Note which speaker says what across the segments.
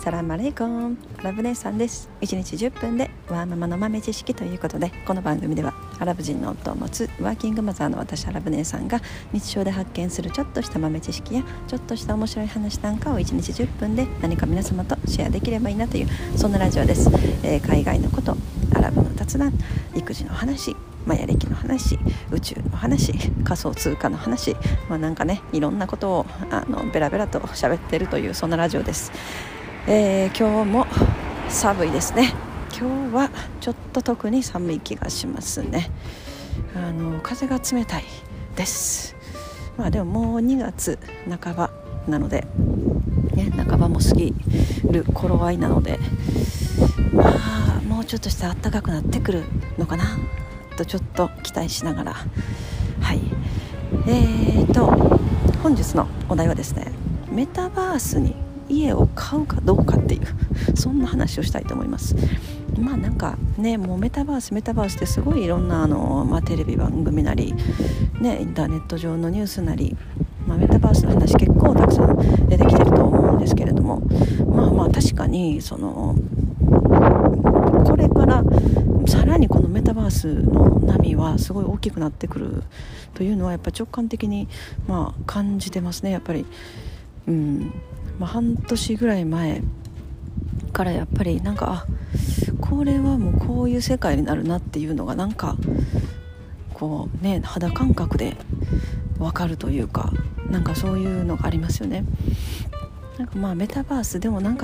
Speaker 1: サラムアレイコン、アラブ姉さんです。1日10分でワーママの豆知識ということで、この番組ではアラブ人の夫を持つワーキングマザーの私アラブ姉さんが日常で発見するちょっとした豆知識やちょっとした面白い話なんかを1日10分で何か皆様とシェアできればいいなという、そんなラジオです。海外のこと、アラブの雑談、育児の話、マヤ歴の話、宇宙の話、仮想通貨の話、なんかね、いろんなことをベラベラと喋ってるという、そんなラジオです。今日も寒いですね。今日はちょっと特に寒い気がしますね。風が冷たいです。でももう2月半ばなので、半ばも過ぎる頃合いなので、もうちょっとして暖かくなってくるのかなとちょっと期待しながら、本日のお題はですね、メタバースに家を買うかどうかっていう、そんな話をしたいと思います。なんかね、もうメタバースってすごいいろんなテレビ番組なり、インターネット上のニュースなり、メタバースの話結構たくさん出てきてると思うんですけれども、確かにこれからさらにこのメタバースの波はすごい大きくなってくるというのはやっぱり直感的に感じてますね。やっぱり半年ぐらい前からやっぱりこれはもうこういう世界になるなっていうのが肌感覚で分かるというか、そういうのがありますよね。メタバースでも今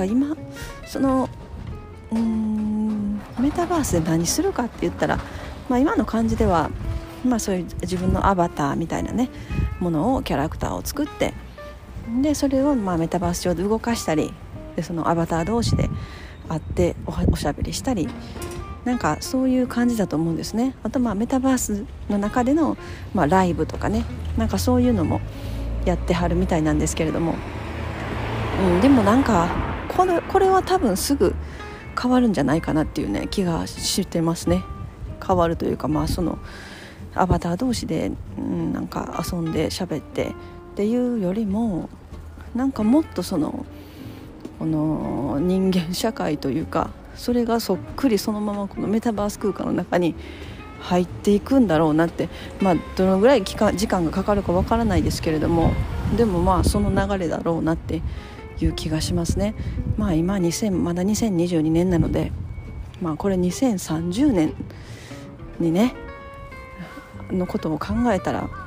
Speaker 1: メタバースで何するかって言ったら、今の感じでは、そういう自分のアバターみたいなねものをキャラクターを作って、でそれをメタバース上で動かしたり、でそのアバター同士で会っておしゃべりしたり、そういう感じだと思うんですね。あとメタバースの中での、ライブとかね、そういうのもやってはるみたいなんですけれども、でもこれは多分すぐ変わるんじゃないかなっていうね気がしてますね。変わるというか、そのアバター同士で、遊んで喋ってっていうよりも、もっとこの人間社会というか、それがそっくりそのままこのメタバース空間の中に入っていくんだろうなって、どのぐらい時間がかかるかわからないですけれども、でもその流れだろうなっていう気がしますね。今まだ2022年なので、これ2030年にねのことを考えたら、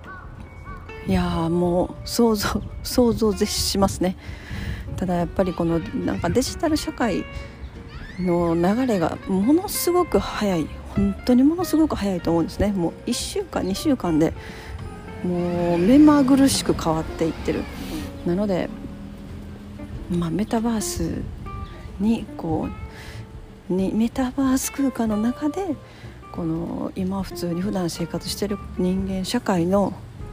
Speaker 1: もう想像絶しますね。ただやっぱりこのデジタル社会の流れがものすごく早い、本当にものすごく早いと思うんですね。もう1週間2週間でもう目まぐるしく変わっていってる。なのでメタバースにメタバース空間の中で今普段生活している人間社会の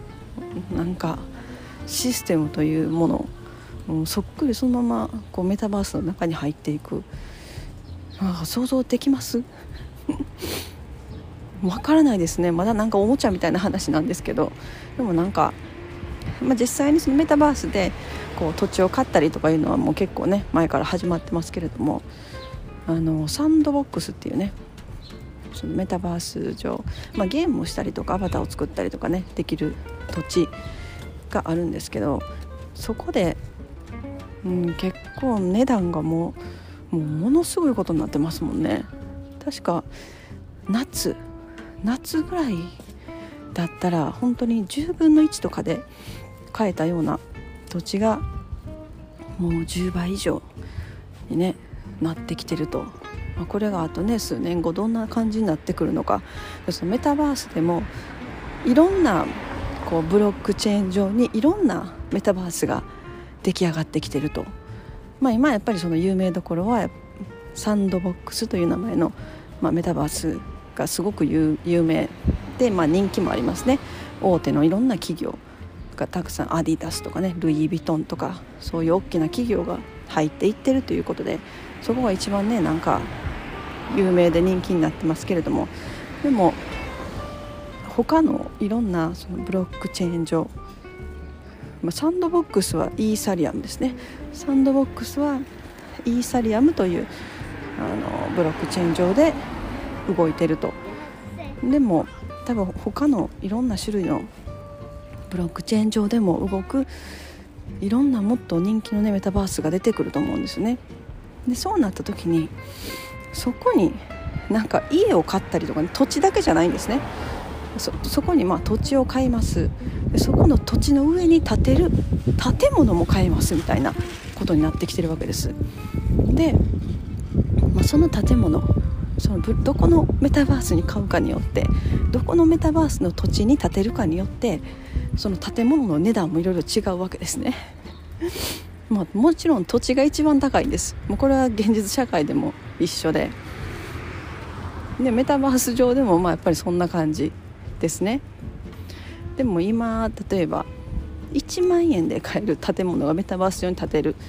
Speaker 1: システムというもの、そっくりそのままメタバースの中に入っていく。想像できますわからないですね。まだおもちゃみたいな話なんですけど、でも実際にそのメタバースで土地を買ったりとかいうのはもう結構ね前から始まってますけれども、サンドボックスっていうね、そのメタバース上、ゲームをしたりとかアバターを作ったりとかねできる土地があるんですけど、そこで、結構値段がものすごいことになってますもんね。確か夏ぐらいだったら本当に10分の1とかで買えたような土地がもう10倍以上に、なってきてると。これがあと数年後どんな感じになってくるのか。そのメタバースでもいろんなブロックチェーン上にいろんなメタバースが出来上がってきてると。今やっぱりその有名どころはサンドボックスという名前の、メタバースがすごく有名で、人気もありますね。大手のいろんな企業がたくさん、アディダスとかね、ルイ・ヴィトンとか、そういう大きな企業が入っていってるということで、そこが一番ね有名で人気になってますけれども、でも他のいろんなそのブロックチェーン上、サンドボックスはイーサリアムですね。サンドボックスはイーサリアムというブロックチェーン上で動いてると。でも多分他のいろんな種類のブロックチェーン上でも動くいろんなもっと人気のねメタバースが出てくると思うんですね。でそうなった時にそこになんか家を買ったりとか、ね、土地だけじゃないんですね。そこに土地を買います。でそこの土地の上に建てる建物も買いますみたいなことになってきてるわけです。で、その建物どこのメタバースに買うかによって、どこのメタバースの土地に建てるかによってその建物の値段もいろいろ違うわけですね。もちろん土地が一番高いんです。もうこれは現実社会でも一緒で、メタバース上でもやっぱりそんな感じですね。でも今例えば1万円で買える建物がメタバース上に建てれる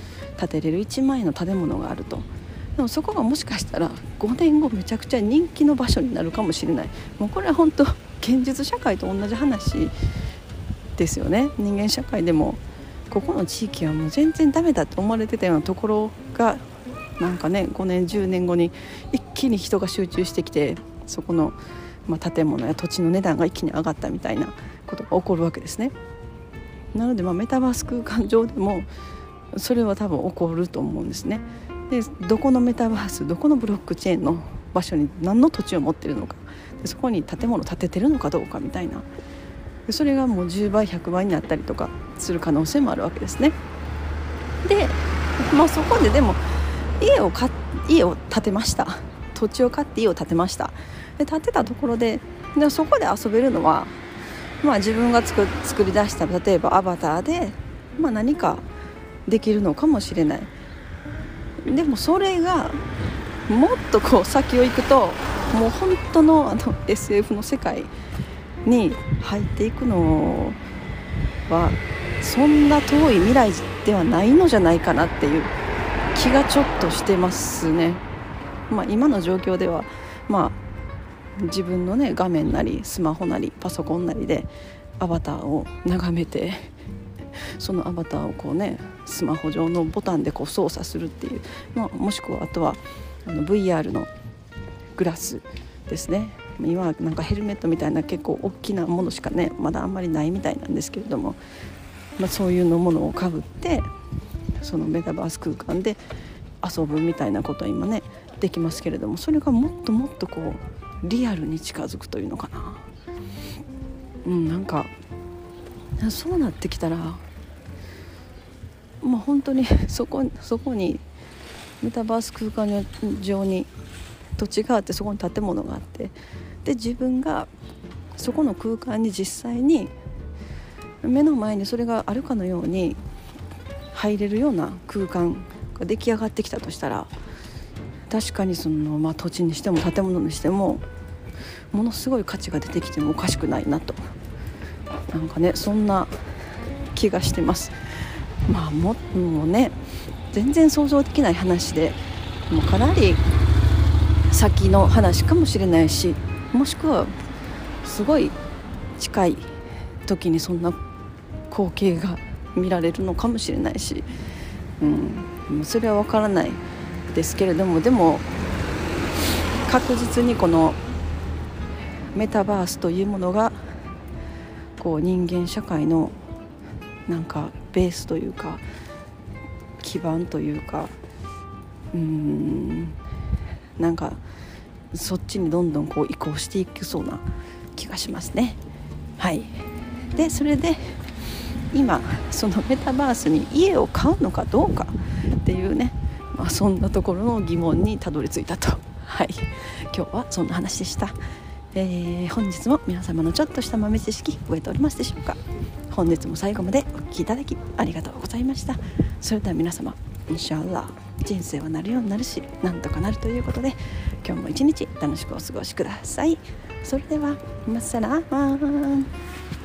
Speaker 1: 1万円の建物があると。でもそこがもしかしたら5年後めちゃくちゃ人気の場所になるかもしれない。もうこれは本当現実社会と同じ話ですよね。人間社会でもここの地域はもう全然ダメだと思われてたようなところがなんかね5年10年後に一気に人が集中してきて、そこの建物や土地の値段が一気に上がったみたいなことが起こるわけですね。なのでメタバース空間上でもそれは多分起こると思うんですね。でどこのメタバースどこのブロックチェーンの場所に何の土地を持っているのか、でそこに建物を建ててるのかどうかみたいな、でそれがもう10倍100倍になったりとかする可能性もあるわけですね。で、そこででも家を建てました。土地を買って家を建てました。で建てたところでそこで遊べるのは、自分が作り出した例えばアバターで、何かできるのかもしれない。でもそれがもっと先を行くともう本当のSF の世界に入っていくのはそんな遠い未来ではないのじゃないかなっていう気がちょっとしてますね。今の状況では自分の画面なりスマホなりパソコンなりでアバターを眺めて、そのアバターをスマホ上のボタンで操作するっていう、もしくはあとはVR のグラスですね。今はなんかヘルメットみたいな結構大きなものしかまだあんまりないみたいなんですけれども、そういうものをかぶってそのメタバース空間で遊ぶみたいなことは今できますけれども、それがもっともっとリアルに近づくというのかな。なんかそうなってきたら本当にそこにメタバース空間上に土地があって、そこに建物があって、で自分がそこの空間に実際に目の前にそれがあるかのように入れるような空間が出来上がってきたとしたら、確かにその、土地にしても建物にしてもものすごい価値が出てきてもおかしくないなと、なんかそんな気がしてます。もう全然想像できない話で、もうかなり先の話かもしれないし、もしくはすごい近い時にそんな光景が見られるのかもしれないし、それは分からないですけれども、でも確実にこのメタバースというものが人間社会のなんかベースというか基盤というか、なんかそっちにどんどん移行していきそうな気がしますね。はい。でそれで今そのメタバースに家を買うのかどうかっていうそんなところの疑問にたどり着いたと。はい、今日はそんな話でした。本日も皆様のちょっとした豆知識増えておりますでしょうか。本日も最後までお聞きいただきありがとうございました。それでは皆様、インシャアラー、人生はなるようになるしなんとかなるということで、今日も一日楽しくお過ごしください。それではマッサラーマン。